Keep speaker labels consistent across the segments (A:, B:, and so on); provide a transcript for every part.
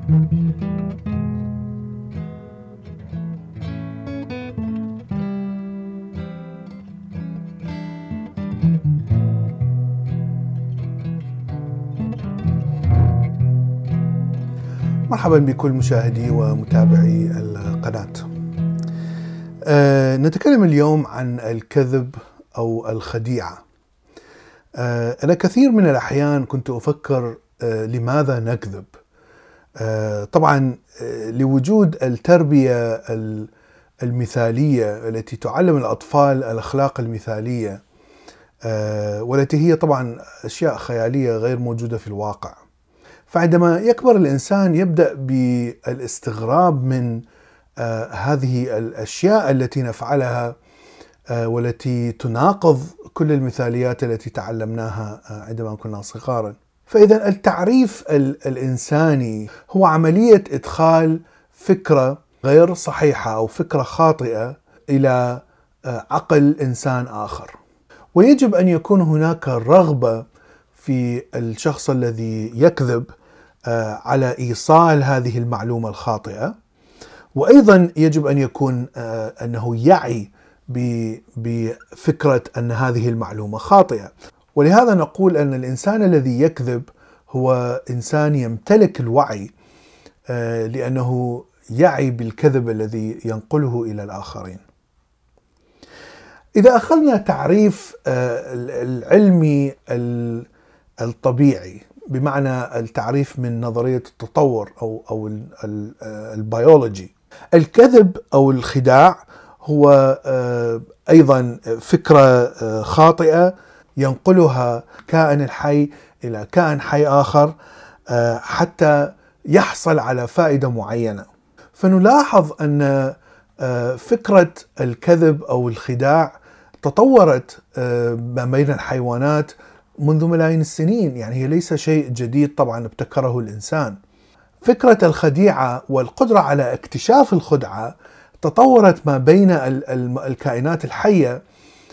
A: مرحبا بكل مشاهدي ومتابعي القناة. نتكلم اليوم عن الكذب أو الخديعة. أنا كثير من الأحيان كنت أفكر لماذا نكذب؟ طبعا لوجود التربية المثالية التي تعلم الأطفال الأخلاق المثالية، والتي هي طبعا أشياء خيالية غير موجودة في الواقع. فعندما يكبر الإنسان يبدأ بالاستغراب من هذه الأشياء التي نفعلها والتي تناقض كل المثاليات التي تعلمناها عندما كنا صغارا. فإذا التعريف الإنساني هو عملية إدخال فكرة غير صحيحة أو فكرة خاطئة إلى عقل إنسان آخر، ويجب أن يكون هناك رغبة في الشخص الذي يكذب على إيصال هذه المعلومة الخاطئة، وأيضا يجب أن يكون أنه يعي بفكرة أن هذه المعلومة خاطئة. ولهذا نقول أن الإنسان الذي يكذب هو إنسان يمتلك الوعي، لأنه يعي بالكذب الذي ينقله إلى الآخرين. إذا أخذنا تعريف العلمي الطبيعي، بمعنى التعريف من نظرية التطور أو البيولوجي، الكذب أو الخداع هو أيضا فكرة خاطئة ينقلها كائن الحي إلى كائن حي آخر حتى يحصل على فائدة معينة. فنلاحظ أن فكرة الكذب أو الخداع تطورت ما بين الحيوانات منذ ملايين السنين، يعني هي ليس شيء جديد طبعا ابتكره الإنسان. فكرة الخديعة والقدرة على اكتشاف الخدعة تطورت ما بين الكائنات الحية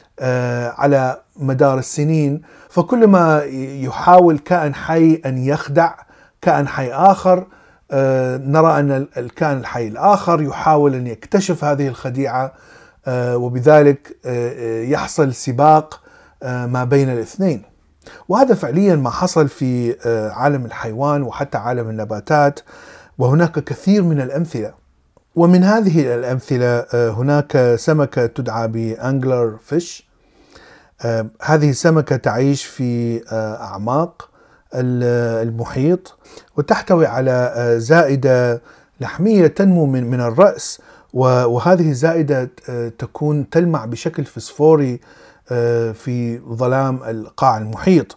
A: على مدار السنين. فكلما يحاول كائن حي أن يخدع كائن حي آخر، نرى أن الكائن الحي الآخر يحاول أن يكتشف هذه الخديعة، وبذلك يحصل سباق ما بين الاثنين. وهذا فعليا ما حصل في عالم الحيوان وحتى عالم النباتات، وهناك كثير من الأمثلة. ومن هذه الأمثلة هناك سمكة تدعى بأنجلر فيش. هذه السمكة تعيش في أعماق المحيط، وتحتوي على زائدة لحمية تنمو من الرأس، وهذه الزائدة تكون تلمع بشكل فسفوري في ظلام قاع المحيط.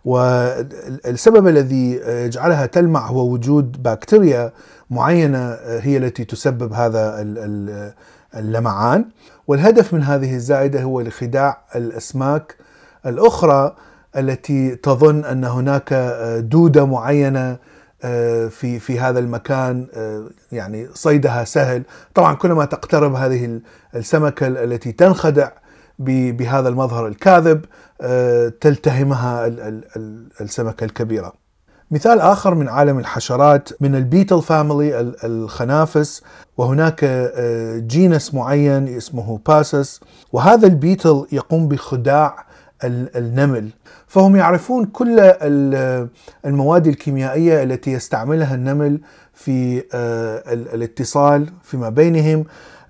A: والسبب الذي يجعلها تلمع هو وجود بكتيريا معينة هي التي تسبب هذا اللمعان. والهدف من هذه الزائدة هو لخداع الأسماك الأخرى التي تظن أن هناك دودة معينة في هذا المكان، يعني صيدها سهل. طبعا كلما تقترب هذه السمكة التي تنخدع بهذا المظهر الكاذب تلتهمها السمكة الكبيرة. مثال آخر من عالم الحشرات من البيتل فاميلي، الخنافس، وهناك جينس معين اسمه باسس، وهذا البيتل يقوم بخداع النمل. فهم يعرفون كل المواد الكيميائية التي يستعملها النمل في الاتصال فيما بينهم.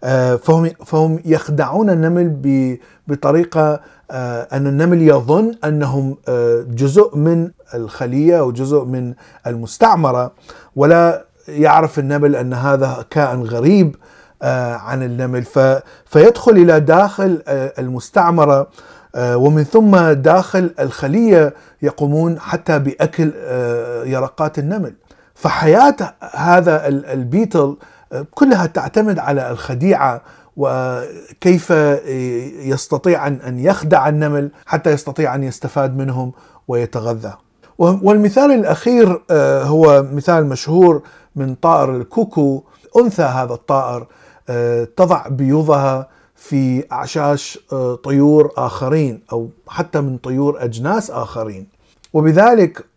A: فهم يخدعون النمل بطريقة أن النمل يظن أنهم جزء من الخلية أو جزء من المستعمرة، ولا يعرف النمل أن هذا كائن غريب عن النمل. فيدخل إلى داخل المستعمرة، ومن ثم داخل الخلية يقومون حتى بأكل يرقات النمل. فحياة هذا البيتل كلها تعتمد على الخديعة، وكيف يستطيع أن يخدع النمل حتى يستطيع أن يستفاد منهم ويتغذى. والمثال الأخير هو مثال مشهور من طائر الكوكو. أنثى هذا الطائر تضع بيوضها في أعشاش طيور آخرين أو حتى من طيور أجناس آخرين، وبذلك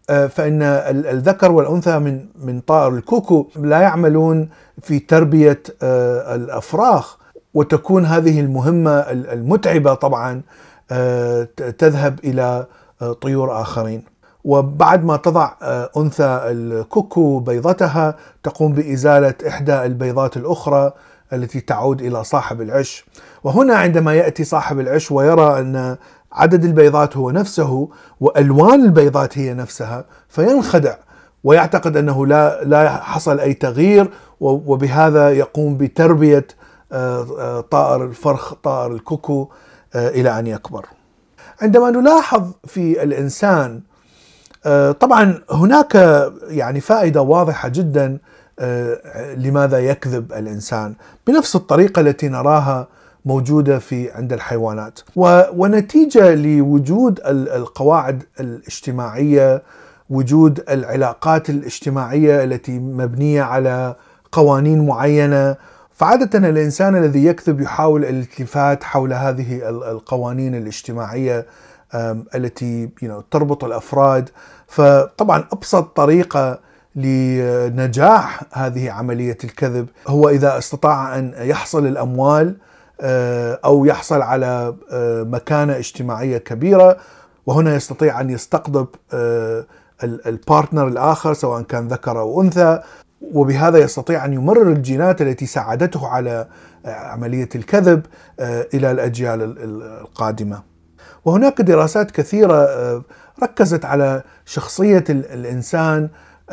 A: فإن الذكر والأنثى من طائر الكوكو لا يعملون في تربية الأفراخ، وتكون هذه المهمة المتعبة طبعا تذهب إلى طيور آخرين. وبعد ما تضع أنثى الكوكو بيضتها تقوم بإزالة إحدى البيضات الأخرى التي تعود إلى صاحب العش. وهنا عندما يأتي صاحب العش ويرى أن عدد البيضات هو نفسه وألوان البيضات هي نفسها، فينخدع ويعتقد أنه لا حصل أي تغيير، وبهذا يقوم بتربية طائر الفرخ طائر الكوكو إلى أن يكبر. عندما نلاحظ في الإنسان طبعا هناك يعني فائدة واضحة جدا لماذا يكذب الإنسان بنفس الطريقة التي نراها موجودة عند الحيوانات، ونتيجة لوجود القواعد الاجتماعية، وجود العلاقات الاجتماعية التي مبنية على قوانين معينة، فعادة الإنسان الذي يكذب يحاول الالتفات حول هذه القوانين الاجتماعية التي تربط الأفراد. فطبعا أبسط طريقة لنجاح هذه عملية الكذب هو إذا استطاع أن يحصل الأموال أو يحصل على مكانة اجتماعية كبيرة، وهنا يستطيع أن يستقطب البارتنر الآخر سواء كان ذكر أو أنثى، وبهذا يستطيع أن يمرر الجينات التي ساعدته على عملية الكذب إلى الأجيال القادمة. وهناك دراسات كثيرة ركزت على شخصية الإنسان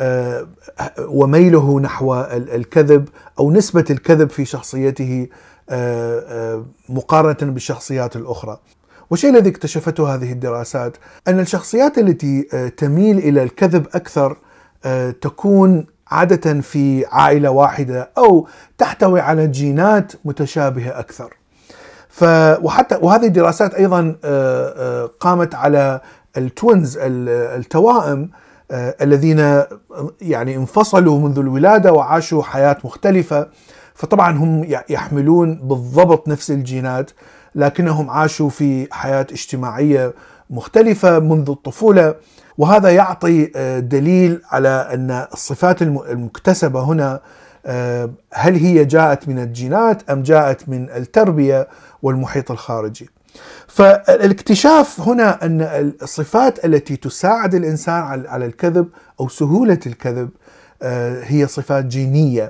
A: وميله نحو الكذب أو نسبة الكذب في شخصيته مقارنة بالشخصيات الأخرى. والشيء الذي اكتشفته هذه الدراسات أن الشخصيات التي تميل إلى الكذب أكثر تكون عادة في عائلة واحدة أو تحتوي على جينات متشابهة أكثر. وهذه الدراسات أيضا قامت على التوينز التوائم الذين يعني انفصلوا منذ الولادة وعاشوا حياة مختلفة، فطبعا هم يحملون بالضبط نفس الجينات لكنهم عاشوا في حياة اجتماعية مختلفة منذ الطفولة. وهذا يعطي دليل على أن الصفات المكتسبة هنا هل هي جاءت من الجينات أم جاءت من التربية والمحيط الخارجي. فالاكتشاف هنا أن الصفات التي تساعد الإنسان على الكذب أو سهولة الكذب هي صفات جينية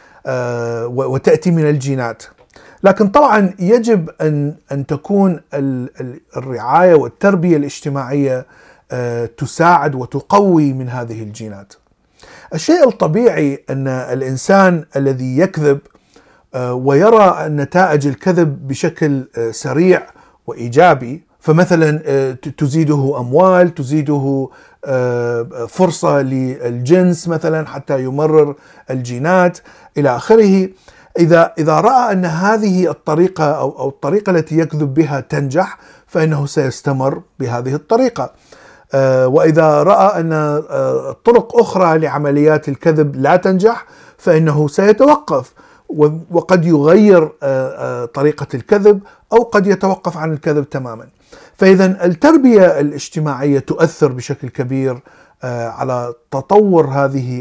A: وتأتي من الجينات، لكن طبعا يجب أن تكون الرعاية والتربية الاجتماعية تساعد وتقوي من هذه الجينات. الشيء الطبيعي أن الإنسان الذي يكذب ويرى نتائج الكذب بشكل سريع وإيجابي، فمثلا تزيده أموال، تزيده فرصة للجنس مثلا حتى يمرر الجينات إلى آخره، إذا رأى أن هذه الطريقة أو الطريقة التي يكذب بها تنجح فإنه سيستمر بهذه الطريقة. وإذا رأى أن طرق أخرى لعمليات الكذب لا تنجح فإنه سيتوقف، وقد يغير طريقة الكذب أو قد يتوقف عن الكذب تماما. فإذا التربية الاجتماعية تؤثر بشكل كبير على تطور هذه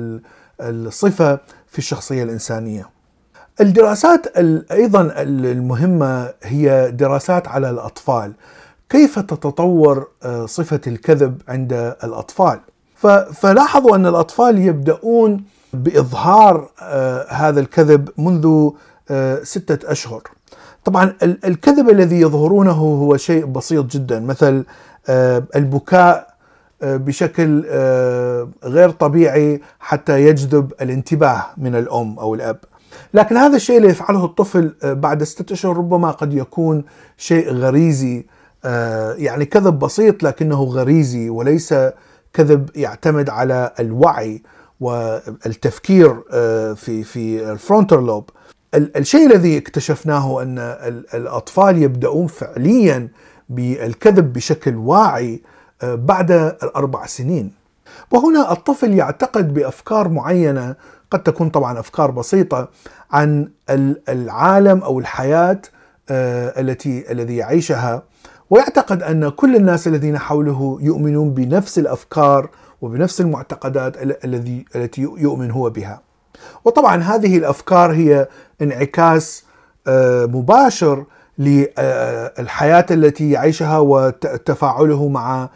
A: الصفة في الشخصية الإنسانية. الدراسات أيضا المهمة هي دراسات على الأطفال، كيف تتطور صفة الكذب عند الأطفال. فلاحظوا أن الأطفال يبدأون بإظهار هذا الكذب منذ 6 أشهر. طبعا الكذب الذي يظهرونه هو شيء بسيط جدا، مثل البكاء بشكل غير طبيعي حتى يجذب الانتباه من الأم أو الأب، لكن هذا الشيء اللي يفعله الطفل بعد 6 أشهر ربما قد يكون شيء غريزي، يعني كذب بسيط لكنه غريزي وليس كذب يعتمد على الوعي والتفكير في الفرونتال لوب. الشيء الذي اكتشفناه أن الأطفال يبدأون فعليا بالكذب بشكل واعي بعد 4 سنين، وهنا الطفل يعتقد بأفكار معينة قد تكون طبعا أفكار بسيطة عن العالم أو الحياة الذي يعيشها، ويعتقد أن كل الناس الذين حوله يؤمنون بنفس الأفكار وبنفس المعتقدات التي يؤمن هو بها. وطبعا هذه الأفكار هي انعكاس مباشر للحياة التي يعيشها وتفاعله مع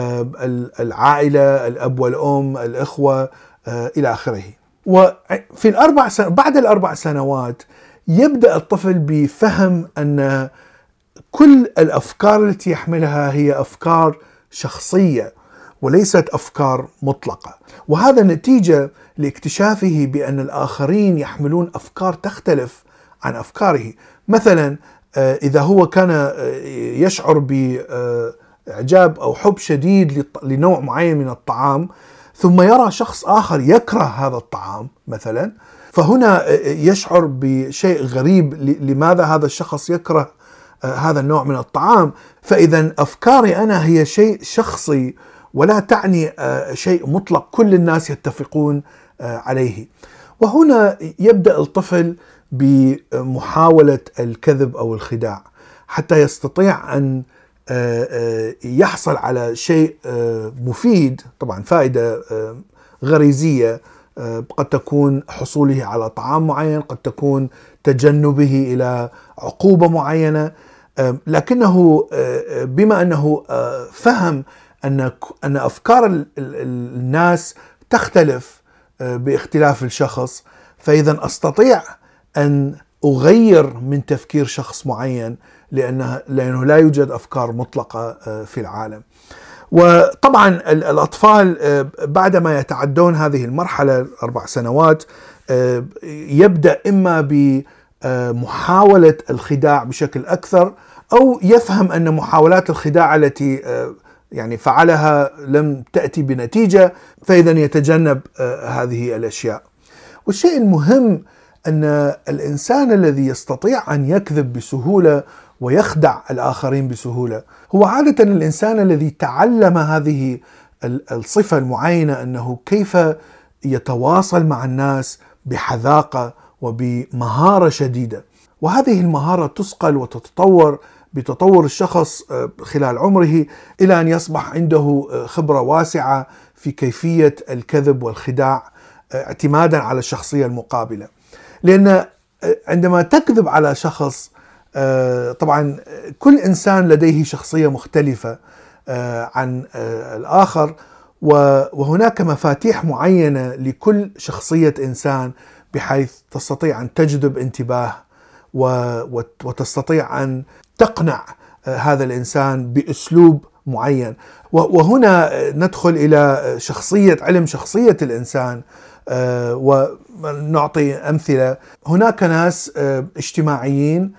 A: العائلة، الأب والأم، الإخوة إلى آخره. وفي بعد الأربع سنوات يبدأ الطفل بفهم أن كل الأفكار التي يحملها هي أفكار شخصية وليست أفكار مطلقة، وهذا نتيجة لاكتشافه بأن الآخرين يحملون أفكار تختلف عن أفكاره. مثلا إذا هو كان يشعر بإعجاب أو حب شديد لنوع معين من الطعام، ثم يرى شخص آخر يكره هذا الطعام مثلا، فهنا يشعر بشيء غريب، لماذا هذا الشخص يكره هذا النوع من الطعام؟ فإذا أفكاري أنا هي شيء شخصي ولا تعني شيء مطلق كل الناس يتفقون عليه. وهنا يبدأ الطفل بمحاولة الكذب أو الخداع حتى يستطيع أن يحصل على شيء مفيد، طبعا فائدة غريزية، قد تكون حصوله على طعام معين، قد تكون تجنبه إلى عقوبة معينة، لكنه بما أنه فهم أن أفكار الناس تختلف باختلاف الشخص، فإذا أستطيع أن أغير من تفكير شخص معين لأنه لا يوجد أفكار مطلقة في العالم. وطبعا الأطفال بعدما يتعدون هذه المرحلة 4 سنوات يبدأ إما بمحاولة الخداع بشكل أكثر، أو يفهم أن محاولات الخداع التي يعني فعلها لم تأتي بنتيجة، فإذا يتجنب هذه الأشياء. والشيء المهم أن الإنسان الذي يستطيع أن يكذب بسهولة ويخدع الآخرين بسهولة هو عادة الإنسان الذي تعلم هذه الصفة المعينة، أنه كيف يتواصل مع الناس بحذاقة وبمهارة شديدة. وهذه المهارة تصقل وتتطور بتطور الشخص خلال عمره إلى أن يصبح عنده خبرة واسعة في كيفية الكذب والخداع اعتمادا على الشخصية المقابلة. لأن عندما تكذب على شخص، طبعا كل إنسان لديه شخصية مختلفة عن الآخر، وهناك مفاتيح معينة لكل شخصية إنسان بحيث تستطيع أن تجذب انتباه وتستطيع أن تقنع هذا الإنسان بأسلوب معين. وهنا ندخل إلى علم شخصية الإنسان، ونعطي أمثلة. هناك ناس اجتماعيين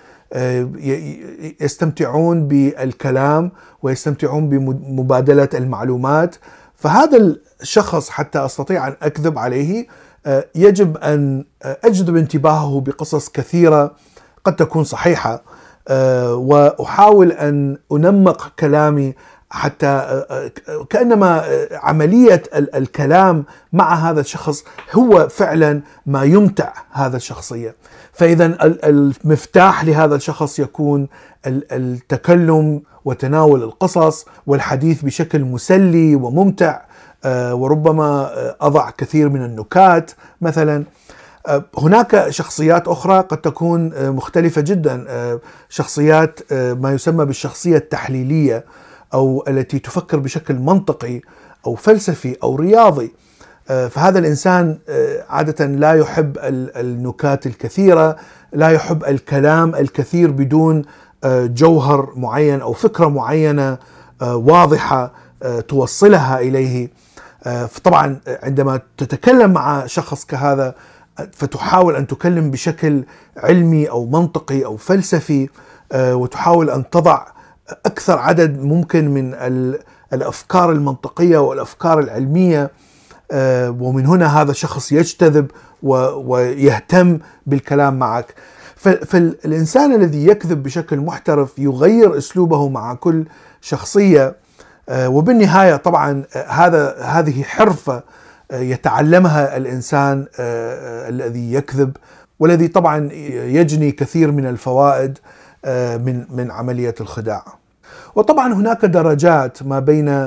A: يستمتعون بالكلام ويستمتعون بمبادلة المعلومات، فهذا الشخص حتى أستطيع أن أكذب عليه يجب أن أجذب انتباهه بقصص كثيرة قد تكون صحيحة، وأحاول أن أنمق كلامي حتى كأنما عملية الكلام مع هذا الشخص هو فعلا ما يمتع هذا الشخصية. فإذا المفتاح لهذا الشخص يكون التكلم وتناول القصص والحديث بشكل مسلي وممتع، وربما أضع كثير من النكات مثلا. هناك شخصيات أخرى قد تكون مختلفة جدا، شخصيات ما يسمى بالشخصية التحليلية، أو التي تفكر بشكل منطقي أو فلسفي أو رياضي. فهذا الإنسان عادة لا يحب النكات الكثيرة، لا يحب الكلام الكثير بدون جوهر معين أو فكرة معينة واضحة توصلها إليه. فطبعا عندما تتكلم مع شخص كهذا فتحاول أن تكلم بشكل علمي أو منطقي أو فلسفي، وتحاول أن تضع أكثر عدد ممكن من الأفكار المنطقية والأفكار العلمية، ومن هنا هذا الشخص يجتذب ويهتم بالكلام معك. فالإنسان الذي يكذب بشكل محترف يغير أسلوبه مع كل شخصية، وبالنهاية طبعا هذه حرفة يتعلمها الإنسان الذي يكذب، والذي طبعا يجني كثير من الفوائد من عملية الخداع. وطبعا هناك درجات ما بين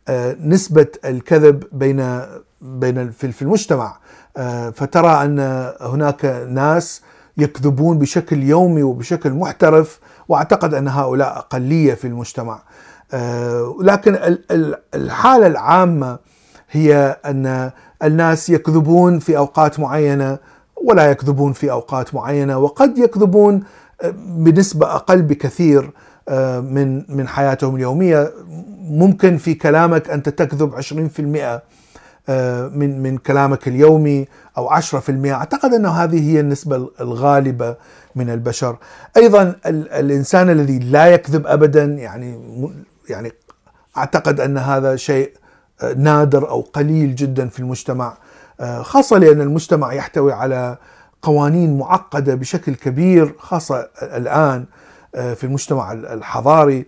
A: نسبة الكذب في المجتمع، فترى أن هناك ناس يكذبون بشكل يومي وبشكل محترف، وأعتقد أن هؤلاء أقلية في المجتمع. لكن الحالة العامة هي أن الناس يكذبون في أوقات معينة ولا يكذبون في أوقات معينة، وقد يكذبون بنسبة أقل بكثير من حياتهم اليومية. ممكن في كلامك أنت تكذب 20% من كلامك اليومي أو 10%. أعتقد أن هذه هي النسبة الغالبة من البشر. أيضا الإنسان الذي لا يكذب أبدا، يعني أعتقد أن هذا شيء نادر أو قليل جدا في المجتمع، خاصة لأن المجتمع يحتوي على قوانين معقدة بشكل كبير، خاصة الآن في المجتمع الحضاري.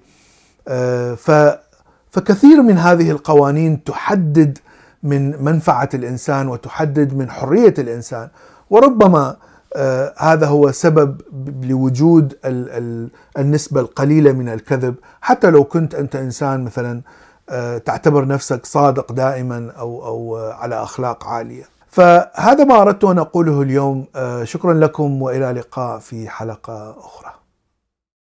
A: فكثير من هذه القوانين تحدد من منفعة الإنسان وتحدد من حرية الإنسان، وربما هذا هو سبب لوجود النسبة القليلة من الكذب، حتى لو كنت أنت إنسان مثلا تعتبر نفسك صادق دائما أو على أخلاق عالية. فهذا ما أردت أن أقوله اليوم. شكرا لكم وإلى اللقاء في حلقة أخرى.